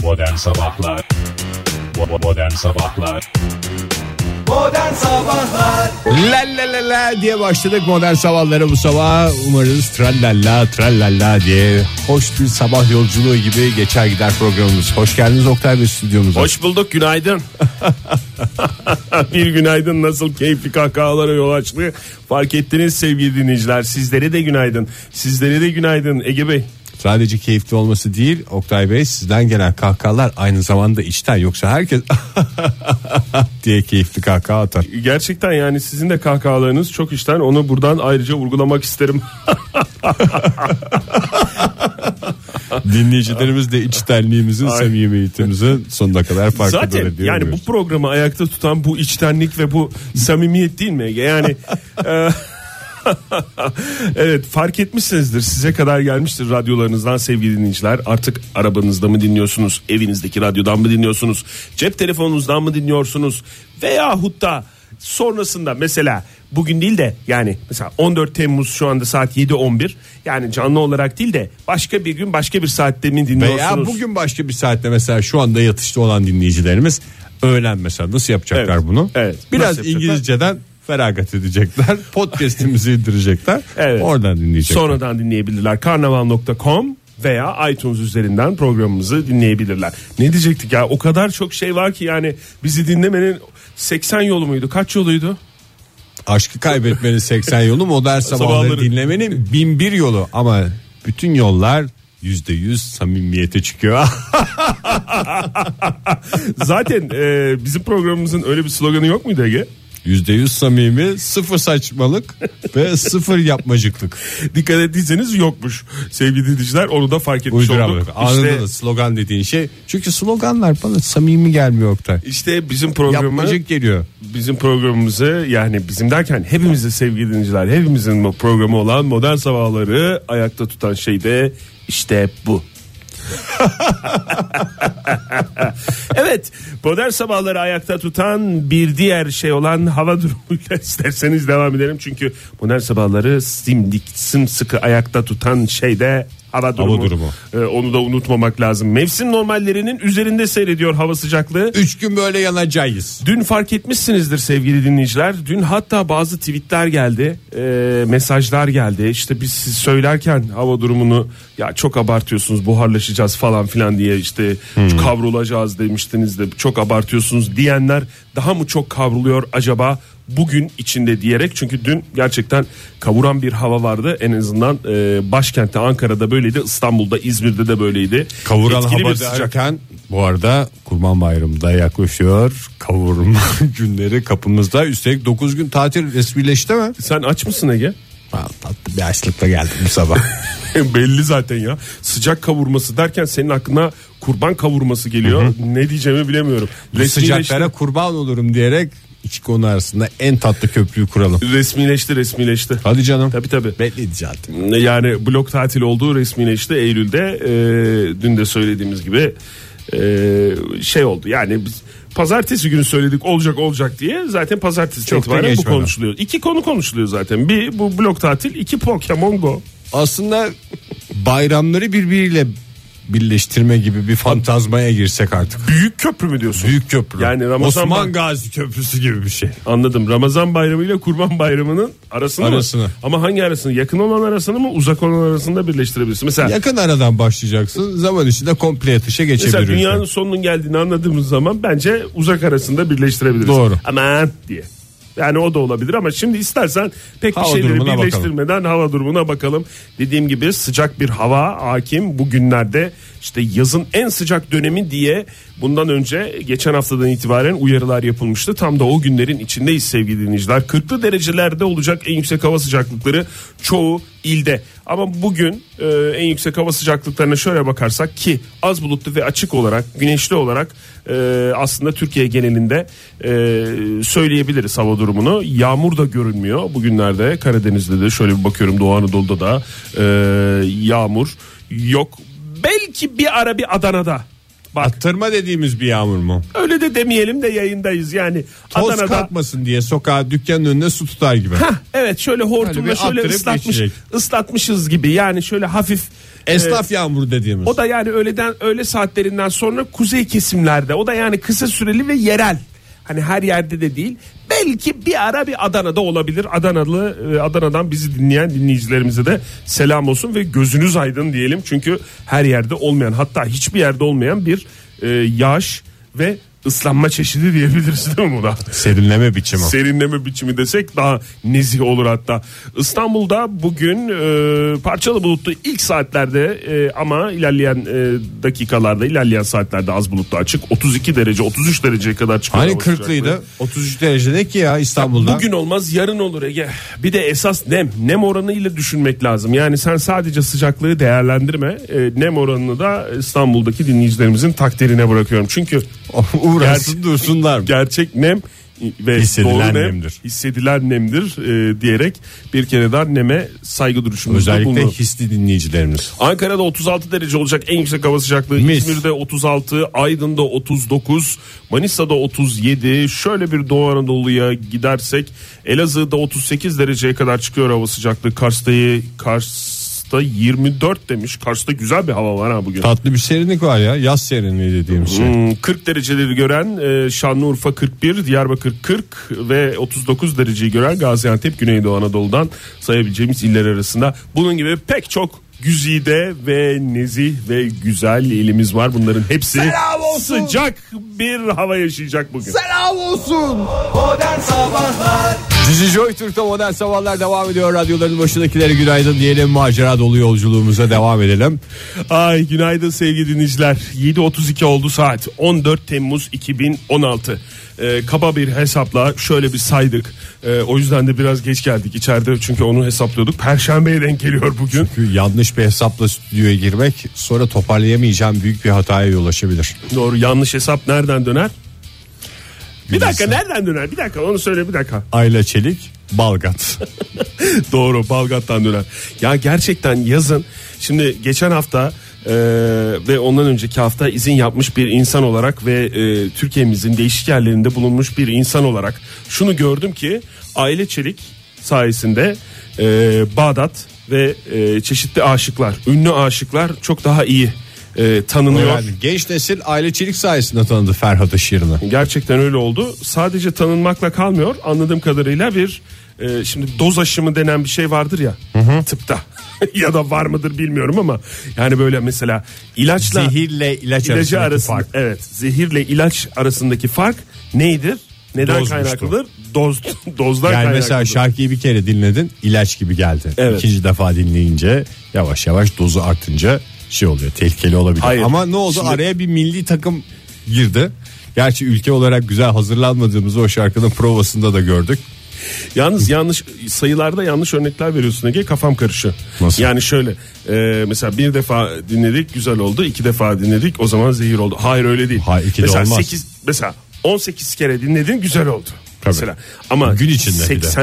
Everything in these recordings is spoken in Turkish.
Modern Sabahlar. Modern Sabahlar. Modern Sabahlar. La la la la diye başladık modern sabahlara bu sabah. Umarız trallalla trallalla diye hoş bir sabah yolculuğu gibi geçer gider programımız. Hoş geldiniz Oktay Bey stüdyomuza. Hoş bulduk, günaydın. Bir günaydın nasıl keyifli kahkahalara yol açtı. Fark ettiniz sevgili dinleyiciler. Sizlere de günaydın. Sizlere de günaydın Ege Bey. Sadece keyifli olması değil Oktay Bey, sizden gelen kahkahalar aynı zamanda içten, yoksa herkes diye keyifli kahkaha atar. Gerçekten yani sizin de kahkahalarınız çok içten, onu buradan ayrıca vurgulamak isterim. Dinleyicilerimiz de içtenliğimizin, samimiyetimizin sonuna kadar farkında. Zaten yani bu programı ayakta tutan bu içtenlik ve bu samimiyet değil mi Ege? Yani evet, fark etmişsinizdir, size kadar gelmiştir radyolarınızdan sevgili dinleyiciler. Artık arabanızda mı dinliyorsunuz, evinizdeki radyodan mı dinliyorsunuz, cep telefonunuzdan mı dinliyorsunuz, veyahut da sonrasında mesela bugün değil de yani mesela 14 Temmuz şu anda saat 7:11, yani canlı olarak değil de başka bir gün başka bir saatte mi dinliyorsunuz? Veya bugün başka bir saatte, mesela şu anda yatışta olan dinleyicilerimiz öğlen mesela nasıl yapacaklar bunu? Evet. Biraz İngilizceden feragat edecekler. Podcast'imizi indirecekler. Evet. Oradan dinleyecekler. Sonradan dinleyebilirler. Karnaval.com veya iTunes üzerinden programımızı dinleyebilirler. Ne diyecektik ya? O kadar çok şey var ki yani bizi dinlemenin 80 yolu muydu? Kaç yoluydu? Aşkı kaybetmenin 80 yolu, modern sabahları dinlemenin 1001 yolu, ama bütün yollar %100 samimiyete çıkıyor. Zaten bizim programımızın öyle bir sloganı yok muydu Ege? %100 samimi, sıfır saçmalık ve sıfır yapmacıklık. Dikkat ettiyseniz yokmuş sevgili dinleyiciler, onu da fark etmiş olduk. Anladın mı slogan dediğin şey? Çünkü sloganlar bana samimi gelmiyor Oktay. İşte bizim programı, yapmacık geliyor. Bizim programımızı, yani bizim derken hepimizin sevgili dinleyiciler, hepimizin programı olan Modern Sabahları ayakta tutan şey de işte bu. Evet, modern sabahları ayakta tutan bir diğer şey olan hava durumuyla isterseniz devam edelim. Çünkü modern sabahları sımsıkı ayakta tutan şey de hava durumu. Onu da unutmamak lazım. Mevsim normallerinin üzerinde seyrediyor hava sıcaklığı. 3 gün böyle yanacağız. Dün fark etmişsinizdir sevgili dinleyiciler. Dün hatta bazı tweetler geldi, mesajlar geldi. İşte biz siz söylerken hava durumunu ya çok abartıyorsunuz, buharlaşacağız falan filan diye, işte kavrulacağız demiştiniz de çok abartıyorsunuz diyenler daha mı çok kavruluyor acaba bugün içinde diyerek, çünkü dün gerçekten kavuran bir hava vardı. En azından başkentte Ankara'da böyleydi, İstanbul'da, İzmir'de de böyleydi. Kavuran etkili hava derken bu arada Kurban Bayramı da yaklaşıyor. Kavurma günleri kapımızda. Üstelik 9 gün tatil resmileşti mi? Sen aç mısın Ege? Tatlı bir açlıkla geldim bu sabah. Belli zaten ya. Sıcak kavurması derken senin aklına kurban kavurması geliyor. Hı hı. Ne diyeceğimi bilemiyorum. Bu sıcaklara kurban olurum diyerek İki konu arasında en tatlı köprüyü kuralım. Resmileşti. Hadi canım. Tabii. Belliydi zaten. Yani blok tatil olduğu resmileşti Eylül'de. Dün de söylediğimiz gibi şey oldu. Yani biz pazartesi günü söyledik olacak diye, zaten pazartesi itibaren bu konuşuluyor. İki konu konuşuluyor zaten. Bir bu blok tatil, iki Pokemon Go. Aslında bayramları birbiriyle birleştirme gibi bir fantazmaya girsek artık. Büyük köprü mü diyorsun? Büyük köprü. Yani Osman Gazi Köprüsü gibi bir şey. Anladım. Ramazan bayramı ile Kurban bayramının arasını mı? Ama hangi arasını? Yakın olan arasını mı, uzak olan arasını da birleştirebilirsin. Mesela yakın aradan başlayacaksın. Zaman içinde komple yatışa geçebilirsin. Mesela dünyanın sonunun geldiğini anladığımız zaman bence uzak arasında birleştirebiliriz. Doğru. Aman diye. Yani o da olabilir, ama şimdi istersen pek bir şeyleri birleştirmeden bakalım. Hava durumuna bakalım. Dediğim gibi sıcak bir hava hakim bugünlerde, işte yazın en sıcak dönemi diye bundan önce geçen haftadan itibaren uyarılar yapılmıştı. Tam da o günlerin içindeyiz sevgili dinleyiciler. 40'lı derecelerde olacak en yüksek hava sıcaklıkları çoğu ilde. Ama bugün en yüksek hava sıcaklıklarına şöyle bakarsak, ki az bulutlu ve açık olarak, güneşli olarak aslında Türkiye genelinde söyleyebiliriz hava durumunu. Yağmur da görünmüyor bugünlerde. Karadeniz'de de şöyle bir bakıyorum, Doğu Anadolu'da da yağmur yok. Belki bir ara bir Adana'da. Bak, attırma dediğimiz bir yağmur mu? Öyle de demeyelim de yayındayız yani. Toz Adana'da kalkmasın diye sokağa, dükkanın önüne su tutar gibi. Evet, şöyle hortumla şöyle ıslatmışız gibi, yani şöyle hafif Esnaf yağmuru dediğimiz. O da yani öğle saatlerinden sonra kuzey kesimlerde. O da yani kısa süreli ve yerel. Hani her yerde de değil. Belki bir ara bir Adana'da olabilir. Adana'dan bizi dinleyen dinleyicilerimize de selam olsun ve gözünüz aydın diyelim. Çünkü her yerde olmayan, hatta hiçbir yerde olmayan bir yağış ve ıslanma çeşidi diyebiliriz değil mi buna? Serinleme biçimi. Serinleme biçimi desek daha nezih olur hatta. İstanbul'da bugün parçalı bulutlu ilk saatlerde ama ilerleyen dakikalarda, ilerleyen saatlerde az bulutlu açık. 32 derece, 33 dereceye kadar çıkıyor. Hani 40'lıydı. 33 derecede ki ya İstanbul'da. Ya bugün olmaz, yarın olur Ege. Bir de esas nem oranıyla düşünmek lazım. Yani sen sadece sıcaklığı değerlendirme. Nem oranını da İstanbul'daki dinleyicilerimizin takdirine bırakıyorum. Çünkü uğraşsın dursunlar. Gerçek nem ve hissedilen doğru nemdir. Hissedilen nemdir diyerek bir kere daha neme saygı duruşumuzda özellikle bulunalım. hisli dinleyicilerimiz. Ankara'da 36 derece olacak en yüksek hava sıcaklığı. Mis. İzmir'de 36, Aydın'da 39, Manisa'da 37. Şöyle bir Doğu Anadolu'ya gidersek Elazığ'da 38 dereceye kadar çıkıyor hava sıcaklığı. Kars'ta 24 demiş. Kars'ta güzel bir hava var ha bugün. Tatlı bir serinlik var ya. Yaz serinliği dediğimiz şey. 40 dereceleri gören Şanlıurfa 41, Diyarbakır 40 ve 39 dereceyi gören Gaziantep, Güneydoğu Anadolu'dan sayabileceğimiz iller arasında. Bunun gibi pek çok güzide ve nezih ve güzel ilimiz var. Bunların hepsi sıcak bir hava yaşayacak bugün. Selam olsun. Modern Sabahlar. Dizi Joy Türk'te Modern Sabahlar devam ediyor. Radyoların başındakilere günaydın diyelim. Macera dolu yolculuğumuza devam edelim. Ay günaydın sevgili dinleyiciler. 7.32 oldu saat. 14 Temmuz 2016. Kaba bir hesapla şöyle bir saydık. O yüzden de biraz geç geldik içeride, çünkü onu hesaplıyorduk. Perşembeye denk geliyor bugün. Çünkü yanlış bir hesapla stüdyoya girmek sonra toparlayamayacağım büyük bir hataya yol açabilir. Doğru, yanlış hesap nereden döner? Bir dakika, nereden döner? Bir dakika, onu söyle bir dakika. Ayla Çelik, Balgat. Doğru, Balgat'tan döner. Ya gerçekten yazın, şimdi geçen hafta ve ondan önceki hafta izin yapmış bir insan olarak ve Türkiye'mizin değişik yerlerinde bulunmuş bir insan olarak şunu gördüm ki Ayla Çelik sayesinde Bağdat ve çeşitli aşıklar, ünlü aşıklar çok daha iyi tanınıyor. Yani genç nesil Ayla Çelik sayesinde tanıdı Ferhat Işık'ını. Gerçekten öyle oldu. Sadece tanınmakla kalmıyor. Anladığım kadarıyla bir şimdi doz aşımı denen bir şey vardır ya tıpta. Ya da var mıdır bilmiyorum ama yani böyle mesela ilaçla zehirle ilaç arasındaki fark. Evet, zehirle ilaç arasındaki fark neydir? Neden Dozmuştu. kaynaklıdır? Dozdan yani kaynaklıdır. mesela şarkıyı bir kere dinledin, ilaç gibi geldi. Evet. İkinci defa dinleyince yavaş yavaş dozu artınca şey oluyor, tehlikeli olabilir. Hayır. Ama ne oldu? Şimdi araya bir milli takım girdi. Gerçi ülke olarak güzel hazırlanmadığımızı o şarkının provasında da gördük. Yalnız yanlış sayılarda yanlış örnekler veriyorsun Ege, kafam karışıyor. Nasıl? Yani şöyle mesela bir defa dinledik güzel oldu, iki defa dinledik o zaman zehir oldu. Hayır öyle değil. Hayır, iki de mesela olmaz. mesela 18 kere dinledin güzel oldu. Tabii. Mesela ama gün içinde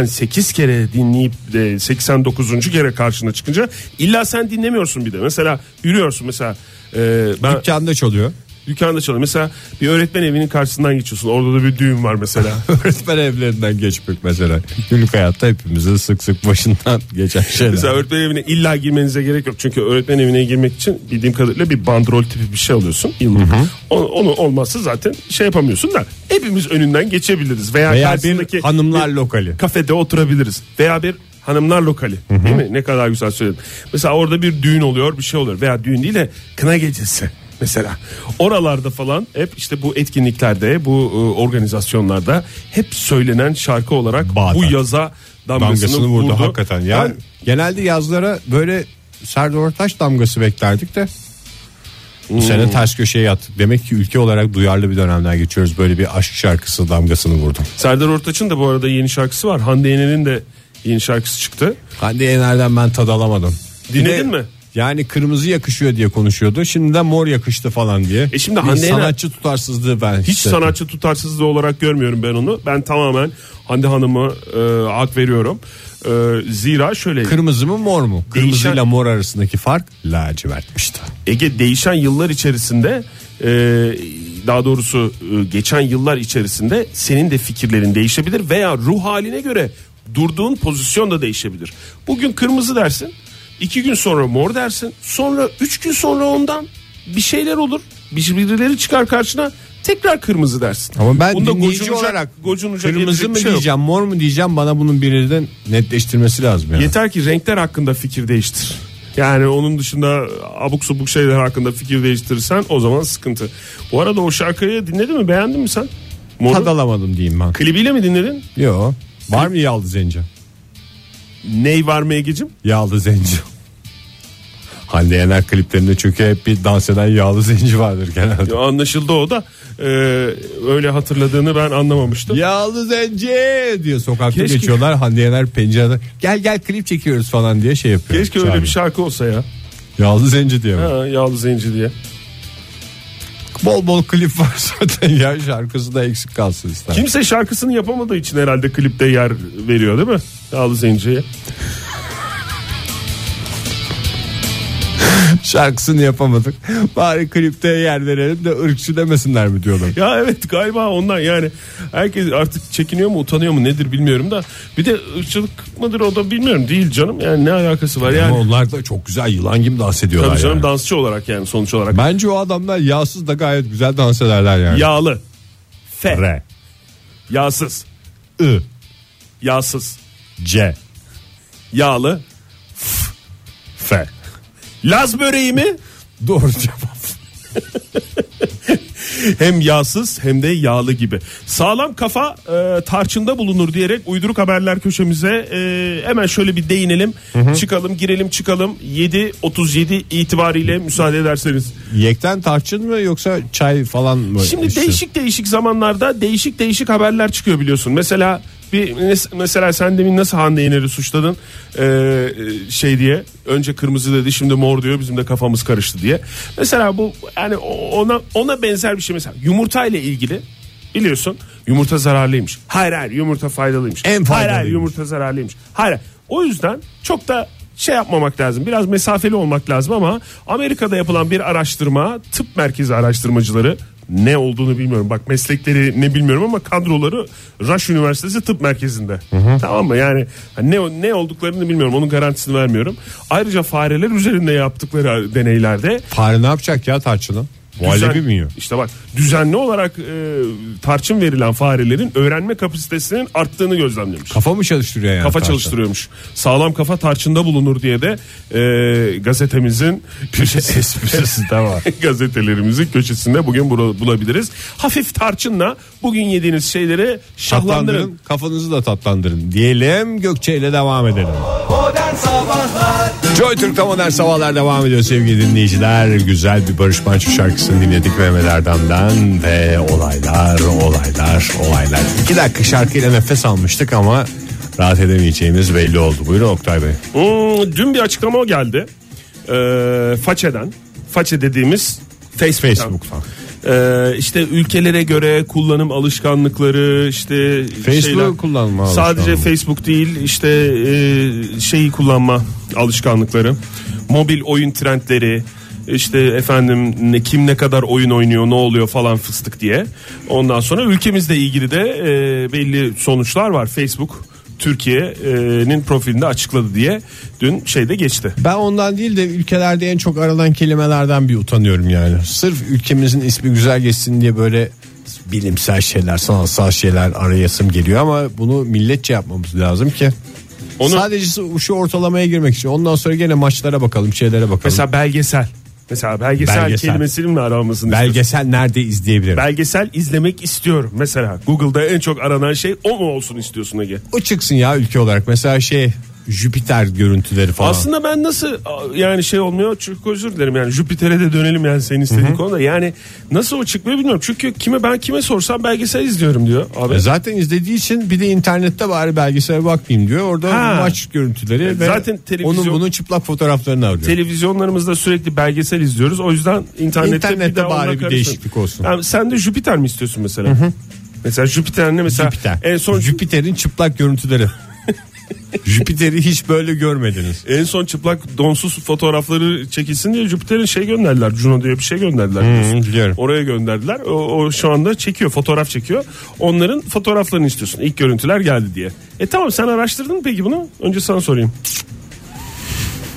88 kere dinleyip de 89. kere karşına çıkınca illa sen dinlemiyorsun bir de. Mesela yürüyorsun mesela ben Dükkanda çalıyor. dükkanda çalıyor. Mesela bir öğretmen evinin karşısından geçiyorsun. Orada da bir düğün var mesela. Öğretmen evlerinden geçmek mesela. Günlük hayatta hepimizin sık sık başından geçen şeyler. Mesela öğretmen evine illa girmenize gerek yok. Çünkü öğretmen evine girmek için bildiğim kadarıyla bir bandrol tipi bir şey alıyorsun. Onu olmazsa zaten şey yapamıyorsun da hepimiz önünden geçebiliriz. Veya bir hanımlar lokali. Kafede oturabiliriz. Veya bir hanımlar lokali. Değil mi? Ne kadar güzel söyledin. Mesela orada bir düğün oluyor, bir şey oluyor. Veya düğün değil de kına gecesi. Mesela oralarda falan hep işte bu etkinliklerde, bu organizasyonlarda hep söylenen şarkı olarak Bağdat. bu yaza damgasını vurdu. Hakikaten. Yani genelde yazlara böyle Serdar Ortaç damgası beklerdik de bu sene ters köşeye yattık. Demek ki ülke olarak duyarlı bir dönemden geçiyoruz. Böyle bir aşk şarkısı damgasını vurdu. Serdar Ortaç'ın da bu arada yeni şarkısı var. Hande Yener'in de yeni şarkısı çıktı. Hande Yener'den ben tad alamadım. Dinledin mi? Yani kırmızı yakışıyor diye konuşuyordu. Şimdiden mor yakıştı falan diye. Şimdi bir Hande Yener sanatçı tutarsızlığı ben hiç hissettim. sanatçı tutarsızlığı olarak görmüyorum ben onu. Ben tamamen Hande Hanım'a hak veriyorum. Zira şöyle. Kırmızı mı mor mu? Kırmızıyla mor arasındaki fark lacivertmişti. Ege değişen yıllar içerisinde daha doğrusu geçen yıllar içerisinde senin de fikirlerin değişebilir veya ruh haline göre durduğun pozisyon da değişebilir. Bugün kırmızı dersin. 2 gün sonra mor dersin. Sonra 3 gün sonra ondan bir şeyler olur. Birileri çıkar karşına, tekrar kırmızı dersin. Ama ben bunda dinleyici olarak kırmızı mı diyeceğim, mor mu diyeceğim, bana bunun birinin netleştirmesi lazım yani. Yeter ki renkler hakkında fikir değiştir. Yani onun dışında abuk subuk şeyler hakkında fikir değiştirirsen o zaman sıkıntı. Bu arada o şarkıyı dinledin mi, beğendin mi sen? Tad alamadım diyeyim ben. Klibiyle mi dinledin? Yok. Var mı yağlı zenci? Ney var mı Egeciğim? Yağlı zenci. Hande Yener kliplerinde çünkü hep bir dans eden yağlı zenci vardır genelde. Anlaşıldı o da. Öyle hatırladığını ben anlamamıştım. Yağlı zenci diye sokakta geçiyorlar. Hande Yener pencereden gel klip çekiyoruz falan diye şey yapıyor. Keşke öyle bir şarkı olsa ya. Yağlı zenci diye mi? Ha, yağlı zenci diye. Bol klip var zaten ya, şarkısı da eksik kalsın ister. Kimse şarkısını yapamadığı için herhalde klipte yer veriyor değil mi? Yağlı zenciye. Şarkısını yapamadık, bari klipte yer verelim de ırkçı demesinler mi diyorlar. Ya evet, galiba ondan, yani herkes artık çekiniyor mu, utanıyor mu, nedir bilmiyorum da, bir de ırkçılık mıdır o da bilmiyorum, değil canım, yani ne alakası var yani. Ama onlar da çok güzel yılan gibi dans ediyorlar. Tabii canım yani. Dansçı olarak yani, sonuç olarak. Bence o adamlar yağsız da gayet güzel dans ederler yani. Yağlı F R yağsız I yağsız C yağlı F. Laz böreği mi? Doğru cevap. Hem yağsız hem de yağlı gibi. Sağlam kafa tarçında bulunur diyerek uyduruk haberler köşemize hemen şöyle bir değinelim. Çıkalım, girelim, çıkalım. 7.37 itibariyle müsaade ederseniz. Yekten tarçın mı yoksa çay falan mı? Şimdi işte? değişik zamanlarda değişik haberler çıkıyor biliyorsun. Mesela sen demin nasıl Hande Yener'i suçladın şey diye, önce kırmızı dedi şimdi mor diyor, bizim de kafamız karıştı diye. Mesela bu yani ona benzer bir şey, mesela yumurta ile ilgili biliyorsun, yumurta zararlıymış. Hayır yumurta faydalıymış. En faydalıymış. Hayır yumurta zararlıymış. Hayır. O yüzden çok da şey yapmamak lazım. Biraz mesafeli olmak lazım ama Amerika'da yapılan bir araştırma, tıp merkezi araştırmacıları, ne olduğunu bilmiyorum. Bak meslekleri ne bilmiyorum ama kadroları Rush Üniversitesi Tıp Merkezi'nde. Tamam mı? Yani ne olduklarını bilmiyorum. Onun garantisini vermiyorum. Ayrıca fareler üzerinde yaptıkları deneylerde. Fare ne yapacak ya tarçını? Muhallebi mi yiyor? İşte bak, düzenli olarak tarçın verilen farelerin öğrenme kapasitesinin arttığını gözlemlemiş. Kafa mı çalıştırıyor yani? Kafa tarçın çalıştırıyormuş. Sağlam kafa tarçında bulunur diye de gazetemizin esprisi de var. gazetelerimizin köşesinde bugün bulabiliriz. Hafif tarçınla bugün yediğiniz şeyleri şahlandırın. Kafanızı da tatlandırın diyelim, Gökçe ile devam edelim. Modern Sabahlar. Joy Türk'te Modern Sabahlar devam ediyor sevgili dinleyiciler. Güzel bir Barış Manço şarkısını dinledik Mehmet Erdem'den ve olaylar. 2 dakika şarkıyla nefes almıştık ama rahat edemeyeceğimiz belli oldu. Buyurun Oktay Bey. Dün bir açıklama geldi. Façe'den. Façe dediğimiz Facebook'tan. İşte ülkelere göre kullanım alışkanlıkları, işte Facebook kullanma sadece Facebook değil, işte şeyi kullanma alışkanlıkları, mobil oyun trendleri, işte efendim kim ne kadar oyun oynuyor, ne oluyor falan fıstık diye. Ondan sonra ülkemizle ilgili de belli sonuçlar var. Facebook Türkiye'nin profilinde açıkladı diye dün şeyde geçti. Ben ondan değil de ülkelerde en çok aranan kelimelerden bir utanıyorum yani. Sırf ülkemizin ismi güzel geçsin diye böyle bilimsel şeyler, sanatsal şeyler arayasım geliyor ama bunu milletçe yapmamız lazım ki. Sadece şu ortalamaya girmek için. Ondan sonra gene maçlara bakalım, şeylere bakalım. Mesela belgesel kelimesinin mi aranmasını belgesel istiyorsun? nerede izleyebilirim? Belgesel izlemek istiyorum. Mesela Google'da en çok aranan şey o mu olsun istiyorsun Ege? O çıksın ya ülke olarak. Mesela Jüpiter görüntüleri falan. Aslında ben nasıl yani şey olmuyor, çok özür dilerim yani, Jüpiter'e de dönelim yani senin istediğin konuda. Yani nasıl o çıkmıyor bilmiyorum. Çünkü kime sorsam belgesel izliyorum diyor abi. Zaten izlediği için bir de internette bari belgesele bakmayayım diyor. Orada maç görüntüleri ve zaten bunun çıplak fotoğraflarını arıyor. Televizyonlarımızda sürekli belgesel izliyoruz. O yüzden internette bir bari bir değişiklik olsun. Yani sen de Jüpiter mi istiyorsun mesela? Mesela Jüpiter ne mesela? En son Jüpiter'in çıplak görüntüleri. Jüpiter'i hiç böyle görmediniz. En son çıplak donsuz fotoğrafları çekilsin diye Jüpiter'in gönderdiler. Juno diye bir şey gönderdiler. Biliyorum. Oraya gönderdiler. O şu anda çekiyor, fotoğraf çekiyor. Onların fotoğraflarını istiyorsun. İlk görüntüler geldi diye. Tamam, sen araştırdın mı peki bunu? Önce sana sorayım.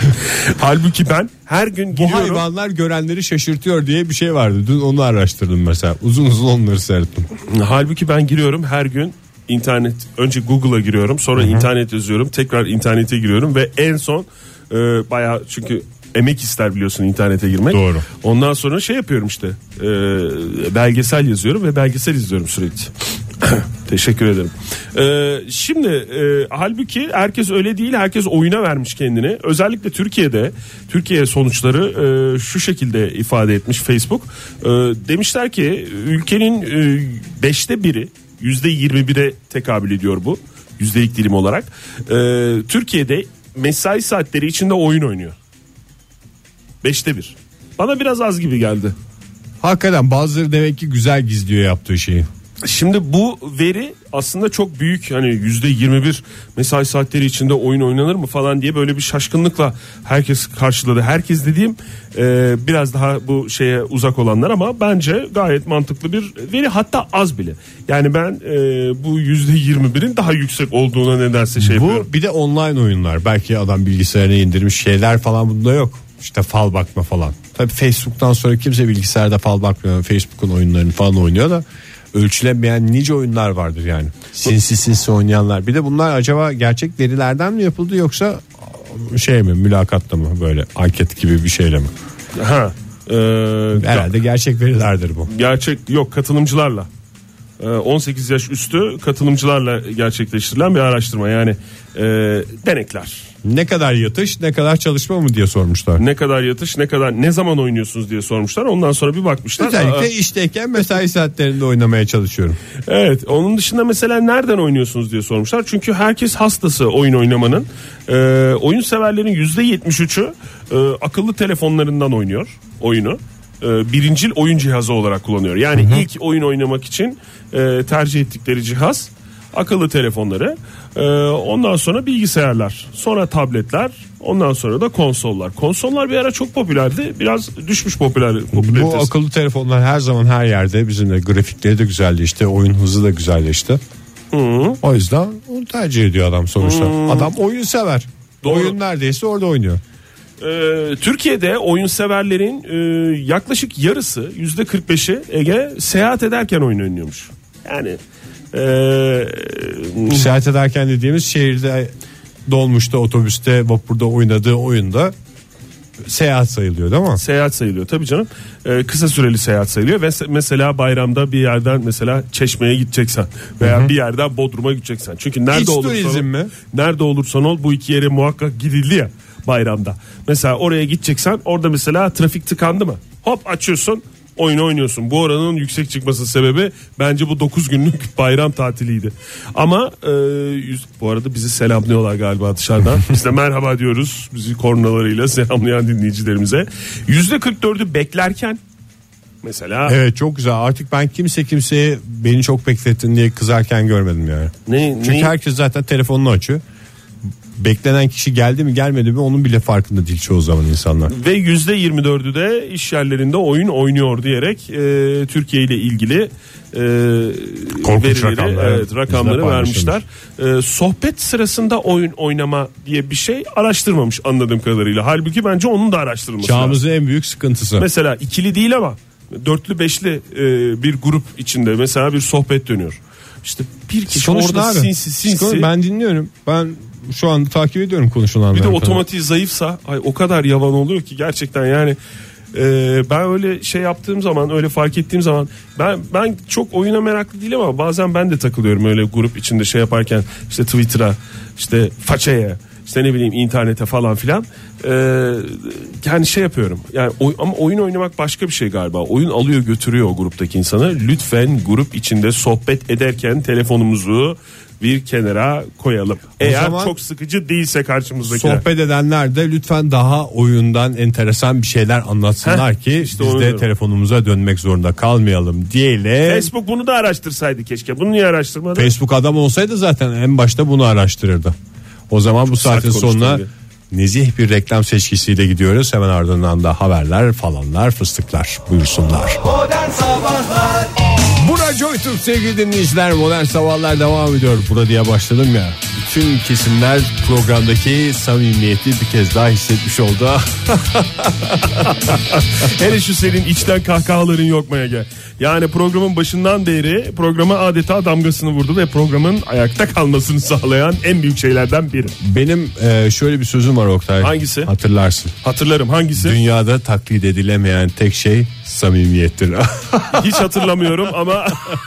Halbuki ben her gün Bu giriyorum. hayvanlar görenleri şaşırtıyor diye bir şey vardı. Dün onu araştırdım mesela. Uzun uzun onları seyrettim. Halbuki ben giriyorum her gün internet. Önce Google'a giriyorum, sonra internet yazıyorum, tekrar internete giriyorum ve en son bayağı, çünkü emek ister biliyorsun internete girmek. Doğru. Ondan sonra şey yapıyorum işte, belgesel yazıyorum ve belgesel izliyorum sürekli. Teşekkür ederim. Şimdi halbuki herkes öyle değil, herkes oyuna vermiş kendini. Özellikle Türkiye sonuçları şu şekilde ifade etmiş Facebook. Demişler ki ülkenin 5'te 1'i, %21'e tekabül ediyor bu yüzdelik dilim olarak. Türkiye'de mesai saatleri içinde oyun oynuyor. 5'te 1. Bana biraz az gibi geldi. Hakikaten bazıları demek ki güzel gizliyor yaptığı şeyi. Şimdi bu veri aslında çok büyük, hani %21 mesai saatleri içinde oyun oynanır mı falan diye böyle bir şaşkınlıkla herkes karşıladı. Herkes dediğim biraz daha bu şeye uzak olanlar, ama bence gayet mantıklı bir veri, hatta az bile. Yani ben bu %21'in daha yüksek olduğuna nedense şey yapıyorum. Bu bir de online oyunlar, belki adam bilgisayarına indirmiş şeyler falan, bunda yok. İşte fal bakma falan. Tabii Facebook'tan sonra kimse bilgisayarda fal bakmıyor. Facebook'un oyunlarını falan oynuyor da ölçülemeyen nice oyunlar vardır yani. Sinsi oynayanlar. Bir de bunlar acaba gerçek verilerden mi yapıldı, yoksa şey mi, mülakatta mı, böyle anket gibi bir şeyle mi? Herhalde gerçek verilerdir bu. Gerçek yok, katılımcılarla. 18 yaş üstü katılımcılarla gerçekleştirilen bir araştırma, yani denekler. Ne kadar yatış, ne kadar çalışma mı diye sormuşlar. Ne kadar yatış, ne zaman oynuyorsunuz diye sormuşlar. Ondan sonra bir bakmışlar. Özellikle işteyken mesai saatlerinde oynamaya çalışıyorum. Evet, onun dışında mesela nereden oynuyorsunuz diye sormuşlar. Çünkü herkes hastası oyun oynamanın. Oyun severlerin %73'ü akıllı telefonlarından oynuyor oyunu. Birincil oyun cihazı olarak kullanıyor. Yani ilk oyun oynamak için tercih ettikleri cihaz akıllı telefonları, ondan sonra bilgisayarlar, sonra tabletler, ondan sonra da konsollar. Konsollar bir ara çok popülerdi, biraz düşmüş popülaritesi. Bu akıllı telefonlar her zaman her yerde, bizim de grafikleri de güzelleşti, oyun hızı da güzelleşti. O yüzden onu tercih ediyor adam sonuçta. Adam oyun sever. Doğru. Oyun neredeyse orada oynuyor. Türkiye'de oyun severlerin yaklaşık yarısı, %45'i Ege, seyahat ederken oyun oynuyormuş. Yani seyahat ederken dediğimiz şehirde, dolmuşta, otobüste, vapurda oynadığı oyunda seyahat sayılıyor değil mi? Seyahat sayılıyor tabii canım. Kısa süreli seyahat sayılıyor ve mesela bayramda bir yerden mesela Çeşme'ye gideceksen veya bir yerden Bodrum'a gideceksen. Çünkü nerede olursan ol bu iki yere muhakkak gidildi ya bayramda. Mesela oraya gideceksen, orada mesela trafik tıkandı mı? Hop açıyorsun, oyunu oynuyorsun. Bu oranın yüksek çıkması sebebi bence bu 9 günlük bayram tatiliydi. Ama bu arada bizi selamlıyorlar galiba dışarıdan. Biz de merhaba diyoruz bizi kornalarıyla selamlayan dinleyicilerimize. %44'ü beklerken mesela. Evet, çok güzel. Artık ben kimseye beni çok beklettin diye kızarken görmedim yani. Çünkü herkes zaten telefonunu açıyor. Beklenen kişi geldi mi gelmedi mi onun bile farkında değil çoğu zaman insanlar. Ve %24'ü de iş yerlerinde oyun oynuyor diyerek Türkiye ile ilgili korkunç rakamları vermişler. Sohbet sırasında oyun oynama diye bir şey araştırmamış anladığım kadarıyla. Halbuki bence onun da araştırılması Çağımızın en büyük sıkıntısı. Mesela ikili değil ama dörtlü beşli bir grup içinde mesela bir sohbet dönüyor. İşte bir kişi sonuçta orada sinsi. Ben dinliyorum. Ben şu anda takip ediyorum konuşulanları. Bir de otomatiği zayıfsa o kadar yavan oluyor ki gerçekten yani. Ben öyle şey yaptığım zaman, öyle fark ettiğim zaman ben çok oyuna meraklı değilim ama bazen ben de takılıyorum öyle grup içinde şey yaparken, işte Twitter'a, işte façaya, işte ne bileyim internete falan filan, yani şey yapıyorum yani ama oyun oynamak başka bir şey galiba. Oyun alıyor götürüyor o gruptaki insanı. Lütfen grup içinde sohbet ederken telefonumuzu bir kenara koyalım. Eğer çok sıkıcı değilse karşımızdakiler. Sohbet edenler de lütfen daha oyundan enteresan bir şeyler anlatsınlar ki işte biz de telefonumuza dönmek zorunda kalmayalım diyelim. Facebook bunu da araştırsaydı keşke. Bunu niye araştırmadı? Facebook adam olsaydı zaten en başta bunu araştırırdı. O zaman çok bu saatin sonuna nezih bir reklam seçkisiyle gidiyoruz. Hemen ardından da haberler falanlar fıstıklar buyursunlar. Modern Sabahlar. Burası Joy Türk sevgili dinleyiciler, Modern Sabahlar devam ediyor. Burada diye başladım ya. bütün kesimler programdaki samimiyeti bir kez daha hissetmiş oldu. Hele şu senin içten kahkahaların yok mu Ege? Yani programın başından beri programa adeta damgasını vurdu ve programın ayakta kalmasını sağlayan en büyük şeylerden biri. Benim şöyle bir sözüm var Oktay. Hangisi? Hatırlarsın. Hatırlarım, hangisi? Dünyada taklit edilemeyen tek şey samimiyettir. Hiç hatırlamıyorum ama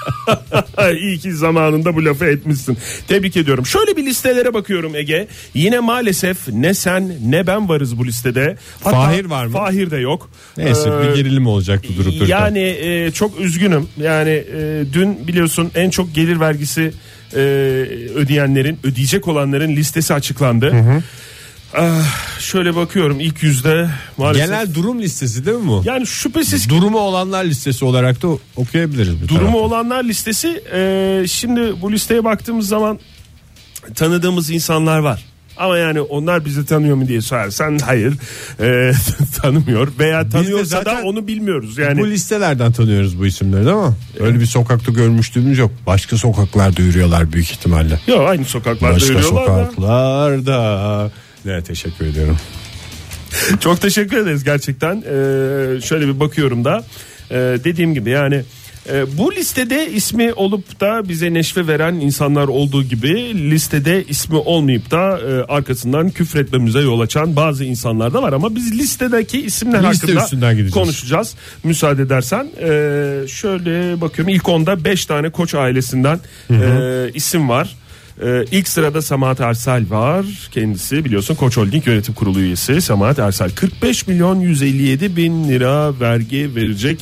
iyi ki zamanında bu lafı etmişsin. Tebrik ediyorum. Şöyle bir listelere bakıyorum Ege. Yine maalesef ne sen ne ben varız bu listede. Hatta Fahir var mı? Fahir de yok. Neyse bir gerilim olacaktı durup dururken. Yani çok üzgünüm. Yani dün biliyorsun en çok gelir vergisi ödeyenlerin, ödeyecek olanların listesi açıklandı. Hı. Şöyle bakıyorum ilk yüzde maalesef. Genel durum listesi değil mi bu? Yani şüphesiz. Durumu olanlar listesi olarak da okuyabiliriz. Durumu tarafta olanlar listesi. Şimdi bu listeye baktığımız zaman tanıdığımız insanlar var. Ama yani onlar bizi tanıyor mu diye sorarsan hayır tanımıyor veya tanıyorsa da onu bilmiyoruz. Yani bu listelerden tanıyoruz bu isimleri değil mi? Öyle bir sokakta görmüştüğümüz yok. Başka sokaklarda yürüyorlar büyük ihtimalle. Yok aynı sokaklarda başka yürüyorlar. Başka sokaklarda. Ne teşekkür ediyorum. Çok teşekkür ederiz gerçekten. Şöyle bir bakıyorum da dediğim gibi yani. Bu listede ismi olup da bize neşve veren insanlar olduğu gibi listede ismi olmayıp da arkasından küfretmemize yol açan bazı insanlar da var ama biz listedeki isimler hakkında konuşacağız. Müsaade edersen şöyle bakıyorum ilk 10'da 5 tane Koç ailesinden isim var. İlk sırada Samahat Ersel var. Kendisi biliyorsun Koç Holding Yönetim Kurulu üyesi Samahat Ersel. 45 milyon 157 bin lira vergi verecek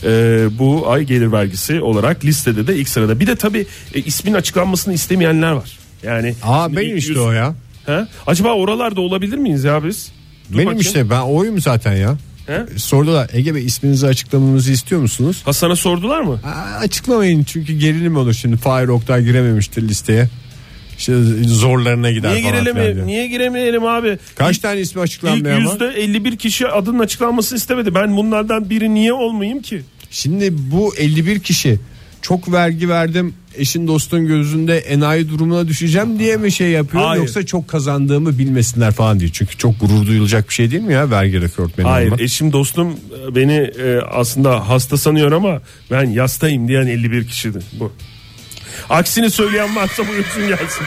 bu ay gelir vergisi olarak listede de ilk sırada. Bir de tabii ismin açıklanmasını istemeyenler var. Yani benim işte o ya. He? Acaba oralarda olabilir miyiz ya biz? Dur benim bakayım. İşte ben oyum zaten ya. He? Sordular Ege Bey isminizi açıklamamızı istiyor musunuz? Sana sordular mı? Açıklamayın çünkü gerilim olur şimdi. Fahir Oktay girememiştir listeye. İşte zorlarına gider Niye giremeyelim abi? Kaç tane ismi açıklanmıyor ama? %51 kişi adının açıklanmasını istemedi. Ben bunlardan biri niye olmayayım ki? Şimdi bu 51 kişi çok vergi verdim eşin dostun gözünde enayi durumuna düşeceğim diye mi şey yapıyor? Hayır. Yoksa çok kazandığımı bilmesinler falan diye. Çünkü çok gurur duyulacak bir şey değil mi ya vergi rekortmeni Hayır olmak? Eşim dostum beni aslında hasta sanıyor ama ben yastayım diyen 51 kişiydi bu. Aksini söyleyen varsa buyursun gelsin.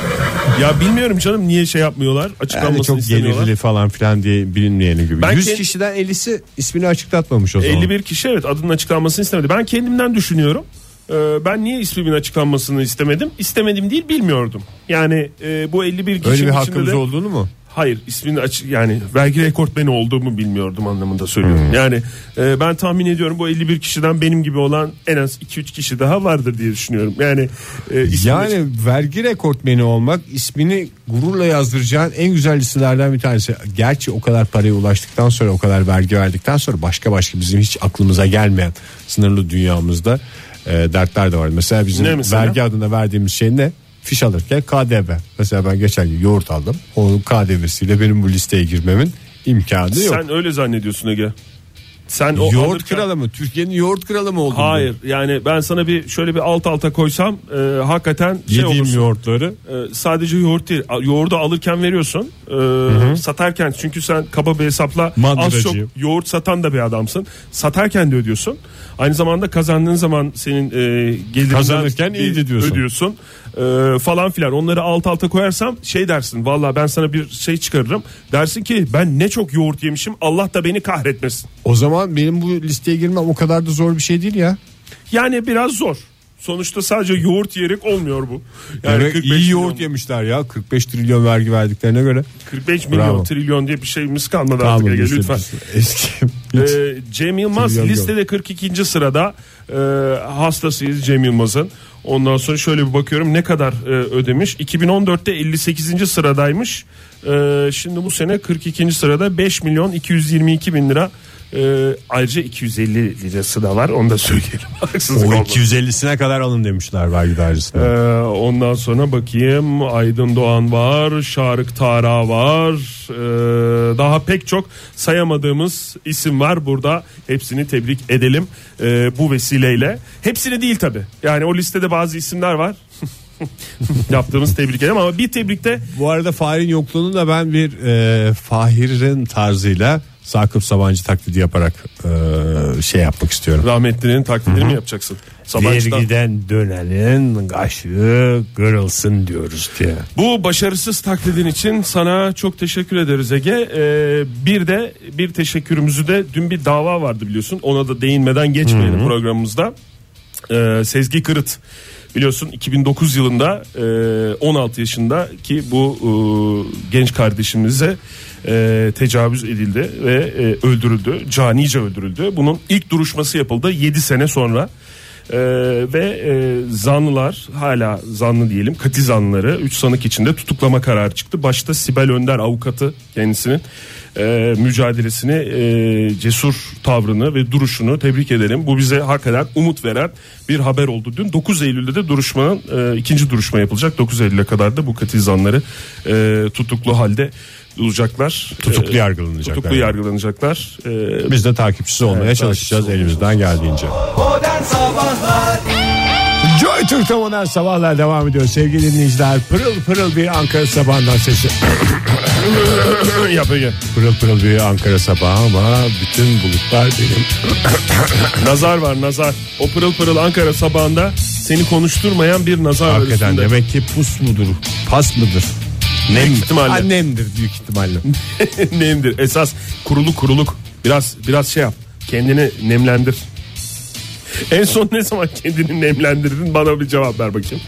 Ya bilmiyorum canım niye şey yapmıyorlar açıklanmasını çok istemiyorlar. Çok gelirli falan filan diye bilinmeyeni gibi. Ben 100 kişiden 50'si ismini açıklatmamış o zaman. 51 kişi evet adının açıklanmasını istemedi. Ben kendimden düşünüyorum. Ben niye ismimin açıklanmasını istemedim? İstemedim değil bilmiyordum. Yani bu 51 kişinin öyle bir içinde hakkımız olduğunu mu? Hayır ismini yani vergi rekortmeni olduğumu bilmiyordum anlamında söylüyorum. Yani ben tahmin ediyorum bu 51 kişiden benim gibi olan en az 2-3 kişi daha vardır diye düşünüyorum. Yani vergi rekortmeni olmak ismini gururla yazdıracağın en güzel listelerden bir tanesi. Gerçi o kadar paraya ulaştıktan sonra o kadar vergi verdikten sonra başka bizim hiç aklımıza gelmeyen sınırlı dünyamızda dertler de var. Mesela bizim vergi adına verdiğimiz şey ne? Fiş alırken KDV. Mesela ben geçen gün yoğurt aldım. Onun KDV'siyle benim bu listeye girmemin imkanı yok. Sen öyle zannediyorsun Ege. Sen yoğurt kralı mı? Türkiye'nin yoğurt kralı mı oldun? Hayır. Yani ben sana şöyle bir alt alta koysam hakikaten yediğim olursun. Yoğurtları. Sadece yoğurt değil. Yoğurdu alırken veriyorsun. Satarken çünkü sen kaba bir hesapla az çok yoğurt satan da bir adamsın. Satarken de ödüyorsun. Aynı zamanda kazandığın zaman senin gelirinden kazanırken iyiydi diyorsun. Ödüyorsun. Falan filan onları alt alta koyarsam şey dersin vallahi ben sana bir şey çıkarırım dersin ki ben ne çok yoğurt yemişim Allah da beni kahretmesin. O zaman benim bu listeye girmem o kadar da zor bir şey değil ya. Yani biraz zor. Sonuçta sadece yoğurt yiyerek olmuyor bu. Yani iyi yoğurt yemişler ya 45 trilyon vergi verdiklerine göre. 45 milyon trilyon diye bir şeyimiz kalmadı artık Ege lütfen. Eski. Cem Yılmaz listede 42. sırada hastasıyız Cem Yılmaz'ın. Ondan sonra şöyle bir bakıyorum ne kadar ödemiş. 2014'te 58. sıradaymış. Şimdi bu sene 42. sırada 5 milyon 222 bin lira. Ayrıca 250 lirası da var onu da söyleyelim. O 250'sine kadar alın demişler vergi dairesine. Ondan sonra bakayım Aydın Doğan var, Şarık Tara var, daha pek çok sayamadığımız isim var burada. Hepsini tebrik edelim bu vesileyle. Hepsini değil tabi. Yani o listede bazı isimler var. Yaptığımız tebrik ederim ama bir tebrikte. Bu arada Fahir'in yokluğunu da ben bir Fahir'in tarzıyla Sakıp Sabancı taklidi yaparak şey yapmak istiyorum. Rahmetlinin taklidini mi yapacaksın? Vergiden dönenin kaşığı kırılsın diyoruz diye. Bu başarısız taklidin için sana çok teşekkür ederiz Ege. Bir teşekkürümüzü de dün bir dava vardı biliyorsun. Ona da değinmeden geçmeyelim programımızda. Sezgi Kırıt. Biliyorsun 2009 yılında 16 yaşındaki bu genç kardeşimize tecavüz edildi ve öldürüldü. Canice öldürüldü. Bunun ilk duruşması yapıldı 7 sene sonra. Ve zanlılar, hala zanlı diyelim, katil zanlıları 3 sanık içinde tutuklama kararı çıktı. Başta Sibel Önder avukatı kendisinin mücadelesini, cesur tavrını ve duruşunu tebrik ederim. Bu bize hakikaten umut veren bir haber oldu. Dün 9 Eylül'de de duruşmanın ikinci duruşma yapılacak. 9 Eylül'e kadar da bu katil zanları tutuklu halde olacaklar. Tutuklu yargılanacaklar. Tutuklu yargılanacaklar. Biz de takipçisi olmaya çalışacağız elimizden geldiğince. Modern Sabahlar. Joy Türk'te Modern Sabahlar devam ediyor sevgili dinleyiciler. Pırıl pırıl bir Ankara sabahından sesi. Yapıyor. Pırıl pırıl bir Ankara sabahı ama bütün bulutlar benim. Nazar var, nazar. O pırıl pırıl Ankara sabahında seni konuşturmayan bir nazar var üstünde. Hakikaten demek ki pus mudur, pas mıdır? Nemdir büyük ihtimalle. Nemdir. Esas kuruluk. Biraz şey yap. Kendini nemlendir. En son ne zaman kendini nemlendirdin? Bana bir cevap ver bakayım.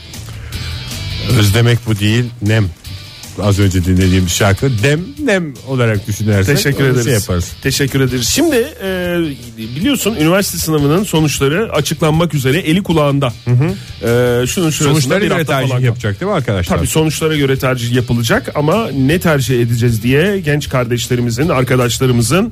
Özlemek bu değil, nem. Az önce dinlediğim şarkı nem olarak düşünürsek teşekkür ederiz. Şey yaparız. Teşekkür ederiz. Şimdi biliyorsun üniversite sınavının sonuçları açıklanmak üzere, eli kulağında. Şunun sonuçlara göre tercih yapacak değil mi arkadaşlar? Tabii sonuçlara göre tercih yapılacak ama ne tercih edeceğiz diye genç kardeşlerimizin, arkadaşlarımızın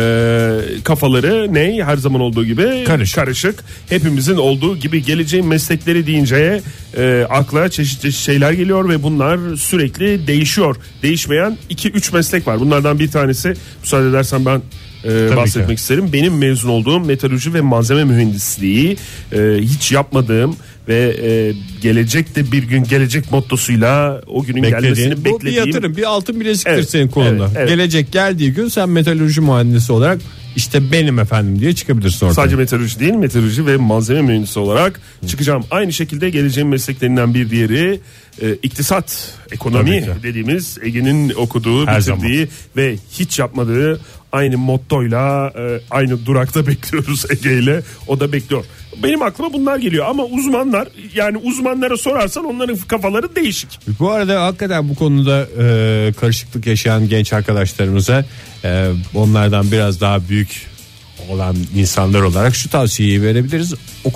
kafaları ne? Her zaman olduğu gibi karışık. Hepimizin olduğu gibi geleceğin meslekleri deyince akla çeşitli şeyler geliyor ve bunlar sürekli değişiyor. Değişmeyen 2-3 meslek var. Bunlardan bir tanesi, müsaade edersen ben bahsetmek isterim. Benim mezun olduğum metalurji ve malzeme mühendisliği, hiç yapmadığım ve gelecekte bir gün gelecek mottosuyla o günün gelmesini beklediğim. Bu bir yatırım, bir altın bileziktir senin kolunda. Evet. Gelecek geldiği gün sen metalurji mühendisi olarak işte benim efendim diye çıkabilirsin ortaya. Sadece metalurji değil, metalurji ve malzeme mühendisi olarak çıkacağım. Aynı şekilde geleceğin mesleklerinden bir diğeri iktisat, ekonomi dediğimiz, Ege'nin okuduğu, bitirdiği ve hiç yapmadığı aynı mottoyla aynı durakta bekliyoruz Ege ile. O da bekliyor. Benim aklıma bunlar geliyor ama uzmanlar, yani uzmanlara sorarsan onların kafaları değişik. Bu arada hakikaten bu konuda karışıklık yaşayan genç arkadaşlarımıza onlardan biraz daha büyük olan insanlar olarak şu tavsiyeyi verebiliriz.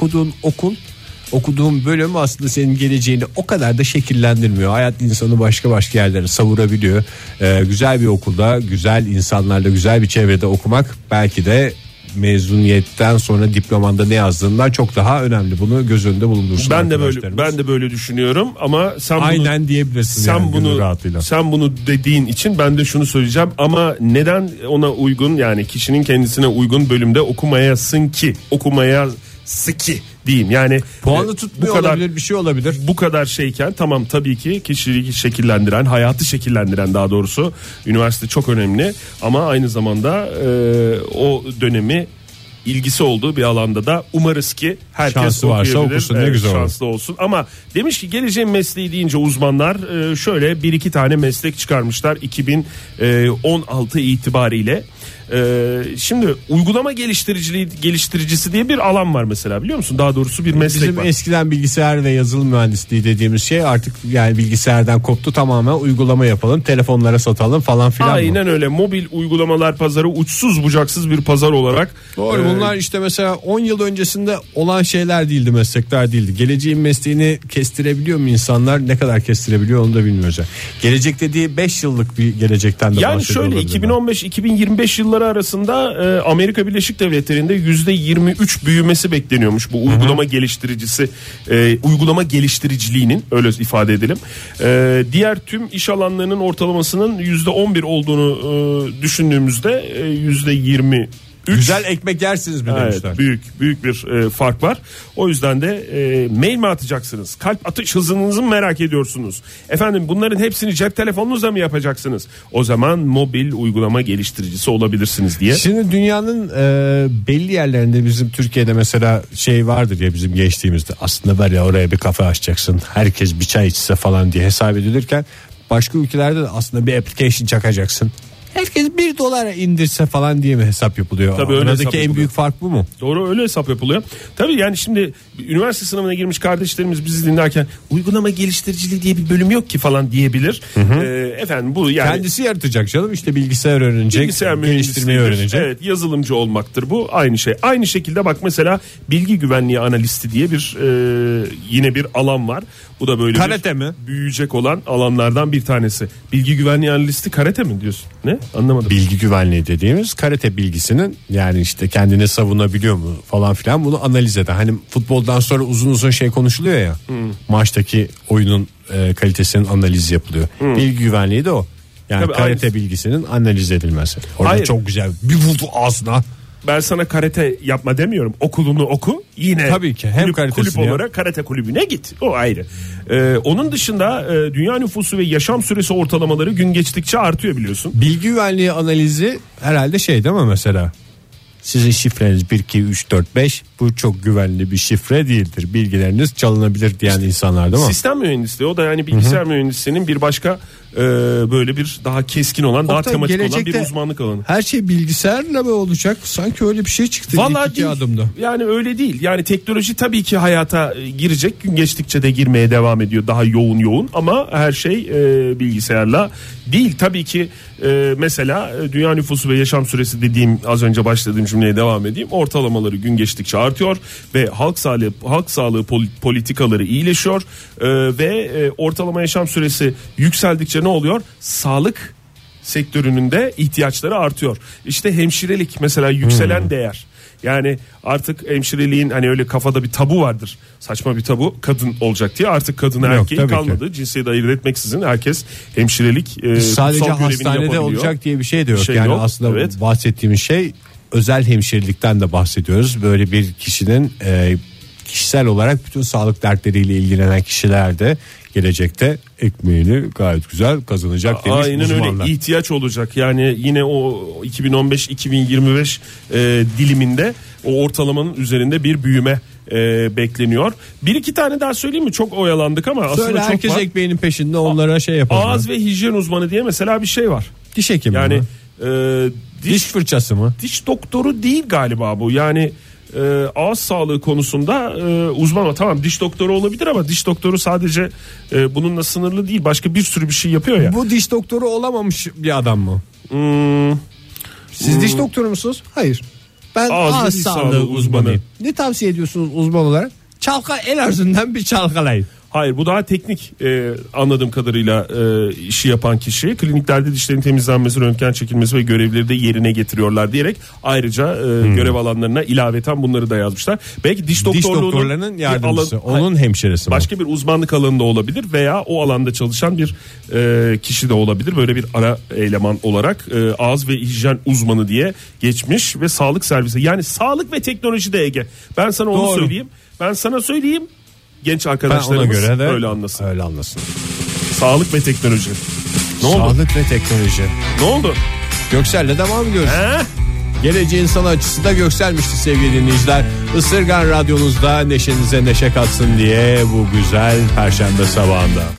Okuduğun bölüm aslında senin geleceğini o kadar da şekillendirmiyor. Hayat insanı başka yerlere savurabiliyor. Güzel bir okulda, güzel insanlarla, güzel bir çevrede okumak belki de mezuniyetten sonra diplomanda ne yazdığından çok daha önemli. Bunu göz önünde bulundursun. Ben de böyle düşünüyorum ama sen aynen bunu diyebilirsin. Sen bunu dediğin için ben de şunu söyleyeceğim ama neden ona uygun, yani kişinin kendisine uygun bölümde okumayasın ki diyeyim. Yani puanı tutmuyor olabilir, bir şey olabilir. Bu kadar şeyken tamam, tabii ki kişiliği şekillendiren, hayatı şekillendiren daha doğrusu üniversite çok önemli ama aynı zamanda o dönemi ilgisi olduğu bir alanda da umarız ki herkes şansı varsa okusun, ne güzel şanslı olsun. Ama demiş ki geleceğin mesleği deyince uzmanlar şöyle 1-2 tane meslek çıkarmışlar 2016 itibariyle. Şimdi uygulama geliştiricisi diye bir alan var mesela, biliyor musun? Daha doğrusu bir meslek bizim var. Bizim eskiden bilgisayar ve yazılım mühendisliği dediğimiz şey artık yani bilgisayardan koptu, tamamen uygulama yapalım, telefonlara satalım falan filan. Aynen öyle, mobil uygulamalar pazarı uçsuz bucaksız bir pazar olarak. Doğru, bunlar işte mesela 10 yıl öncesinde olan şeyler değildi, meslekler değildi. Geleceğin mesleğini kestirebiliyor mu insanlar? Ne kadar kestirebiliyor onu da bilmiyoruz. Gelecek dediği 5 yıllık bir gelecekten de bahsediyor. Yani şöyle 2015-2025 yılları arasında Amerika Birleşik Devletleri'nde %23 büyümesi bekleniyormuş bu uygulama geliştiricisi, uygulama geliştiriciliğinin, öyle ifade edelim. Diğer tüm iş alanlarının ortalamasının %11 olduğunu düşündüğümüzde %23 Güzel ekmek yersiniz mi demişler. Evet, büyük bir fark var. O yüzden de mail mi atacaksınız? Kalp atış hızınızı mı merak ediyorsunuz? Efendim bunların hepsini cep telefonunuzla mı yapacaksınız? O zaman mobil uygulama geliştiricisi olabilirsiniz diye. Şimdi dünyanın belli yerlerinde, bizim Türkiye'de mesela şey vardır ya, bizim geçtiğimizde aslında var ya, oraya bir kafe açacaksın, herkes bir çay içse falan diye hesap edilirken, başka ülkelerde de aslında bir application çakacaksın, herkes $1 indirse falan diye mi hesap yapılıyor? Tabii öyle aradaki en büyük fark bu mu? Doğru, öyle hesap yapılıyor. Tabii yani şimdi üniversite sınavına girmiş kardeşlerimiz bizi dinlerken uygulama geliştiriciliği diye bir bölüm yok ki falan diyebilir. Efendim bu yani kendisi yaratacak canım, işte bilgisayar öğrenecek, geliştirmeyi öğrenecek. Evet, yazılımcı olmaktır bu, aynı şey. Aynı şekilde bak mesela bilgi güvenliği analisti diye bir yine bir alan var. Bu da böyle karate mi? Büyüyecek olan alanlardan bir tanesi. Bilgi güvenliği analisti karate mi diyorsun? Ne? Anlamadım. Bilgi güvenliği dediğimiz karate bilgisinin, yani işte kendini savunabiliyor mu falan filan, bunu analiz eden. Hani futboldan sonra uzun uzun şey konuşuluyor ya. Maçtaki oyunun kalitesinin analizi yapılıyor. Bilgi güvenliği de o. Yani tabii karate bilgisinin analiz edilmesi. Orada hayır, çok güzel bir vurdu ağzına. Ben sana karate yapma demiyorum. Okulunu oku. Yine tabii ki hem kulüp olarak karate kulübüne git. O ayrı. Onun dışında dünya nüfusu ve yaşam süresi ortalamaları gün geçtikçe artıyor biliyorsun. Bilgi güvenliği analizi herhalde şey değil mi mesela? Sizin şifreniz 1 2 3 4 5, bu çok güvenli bir şifre değildir, bilgileriniz çalınabilir diyen işte insanlar değil mi? Sistem mühendisliği, o da yani bilgisayar mühendisliğinin bir başka böyle bir daha keskin olan, daha tematik olan bir uzmanlık alanı. Her şey bilgisayarla mı olacak? Sanki öyle bir şey çıktı. Vallahi iki adımda. Yani öyle değil. Yani teknoloji tabii ki hayata girecek. Gün geçtikçe de girmeye devam ediyor. Daha yoğun ama her şey bilgisayarla değil. Tabii ki mesela dünya nüfusu ve yaşam süresi dediğim, az önce başladığım cümleye devam edeyim. Ortalamaları gün geçtikçe artıyor ve halk sağlığı politikaları iyileşiyor ve ortalama yaşam süresi yükseldikçe ne oluyor? Sağlık sektörünün de ihtiyaçları artıyor. İşte hemşirelik mesela yükselen değer. Yani artık hemşireliğin hani öyle kafada bir tabu vardır. Saçma bir tabu, kadın olacak diye. Artık kadın erkeğin kalmadı. Cinsiyeti ayırt etmeksizin herkes hemşirelik sadece hastanede olacak diye bir şey de yok. Yani yok. Aslında evet, bahsettiğimiz şey özel hemşirelikten de bahsediyoruz. Böyle bir kişinin kişisel olarak bütün sağlık dertleriyle ilgilenen kişiler de gelecekte ekmeğini gayet güzel kazanacak demiş aynen uzmanlar. Aynen öyle, ihtiyaç olacak. Yani yine o 2015-2025 diliminde o ortalamanın üzerinde bir büyüme bekleniyor. Bir iki tane daha söyleyeyim mi? Çok oyalandık ama aslında söyle, çok herkes var. ekmeğinin peşinde, onlara şey yapalım. Ağız ve hijyen uzmanı diye mesela bir şey var. Diş hekimi yani, mi? Diş fırçası mı? Diş doktoru değil galiba bu. Yani ağız sağlığı konusunda uzman. Tamam, diş doktoru olabilir ama diş doktoru sadece bununla sınırlı değil. Başka bir sürü bir şey yapıyor ya. Bu diş doktoru olamamış bir adam mı? Siz diş doktoru musunuz? Hayır. Ben ağız sağlığı uzmanıyım. Ne tavsiye ediyorsunuz uzman olarak? En azından bir çalkalayın. Hayır, bu daha teknik anladığım kadarıyla işi yapan kişi. Kliniklerde dişlerin temizlenmesi, röntgen çekilmesi ve görevleri de yerine getiriyorlar diyerek ayrıca görev alanlarına ilaveten bunları da yazmışlar. Belki diş doktorlarının yardımcısı, onun hemşiresi mi? Başka bir uzmanlık alanında olabilir veya o alanda çalışan bir kişi de olabilir. Böyle bir ara eleman olarak ağız ve hijyen uzmanı diye geçmiş ve sağlık servisi. Yani sağlık ve teknoloji de Ege. Ben sana onu söyleyeyim. Ben sana söyleyeyim. Genç arkadaşlarımız göre de öyle anlasın. Öyle anlasın. Sağlık ve teknoloji. Ne oldu? Sağlık ve teknoloji. Ne oldu? Göksel'le devam ediyoruz. Geleceğin sanatçısı da Göksel'mişti sevgili dinleyiciler. Isırgan Radyonuzda neşenize neşe katsın diye bu güzel Perşembe sabahında.